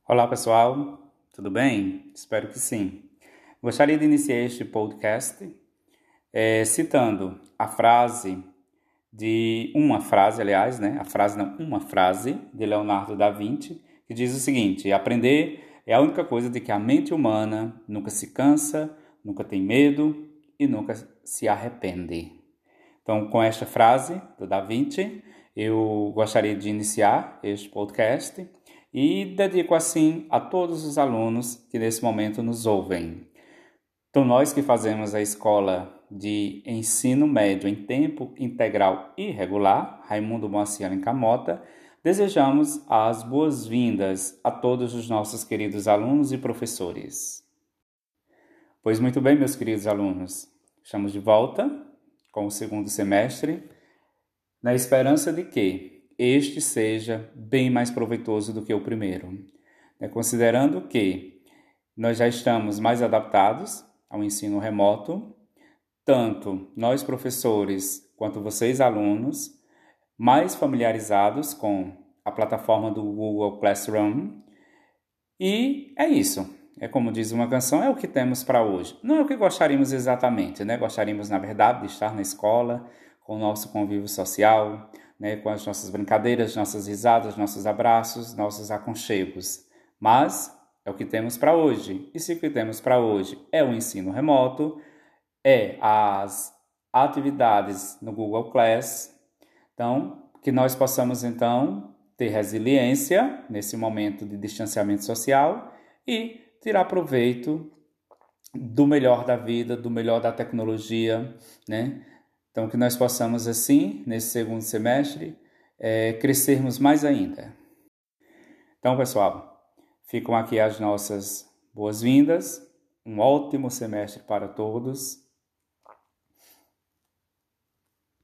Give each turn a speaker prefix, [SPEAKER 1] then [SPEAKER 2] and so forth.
[SPEAKER 1] Olá pessoal, tudo bem? Espero que sim. Gostaria de iniciar este podcast citando a frase uma frase de Leonardo da Vinci, que diz o seguinte: aprender é a única coisa de que a mente humana nunca se cansa, nunca tem medo e nunca se arrepende. Então, com esta frase do Da Vinci, eu gostaria de iniciar este podcast e dedico assim a todos os alunos que nesse momento nos ouvem. Então, nós que fazemos a escola de ensino médio em tempo integral e regular, Raimundo Moacir Alencar Mota, desejamos as boas-vindas a todos os nossos queridos alunos e professores. Pois muito bem, meus queridos alunos, estamos de volta com o segundo semestre, na esperança de que este seja bem mais proveitoso do que o primeiro, considerando que nós já estamos mais adaptados ao ensino remoto, tanto nós professores quanto vocês alunos, mais familiarizados com a plataforma do Google Classroom. E é isso. É como diz uma canção, é o que temos para hoje. Não é o que gostaríamos exatamente, né? Gostaríamos, na verdade, de estar na escola, com o nosso convívio social, né? Com as nossas brincadeiras, nossas risadas, nossos abraços, nossos aconchegos. Mas é o que temos para hoje. E se o que temos para hoje é o ensino remoto, é as atividades no Google Class, então, que nós possamos, então, ter resiliência nesse momento de distanciamento social e tirar proveito do melhor da vida, do melhor da tecnologia, né? Então, que nós possamos, assim, nesse segundo semestre, crescermos mais ainda. Então, pessoal, ficam aqui as nossas boas-vindas, um ótimo semestre para todos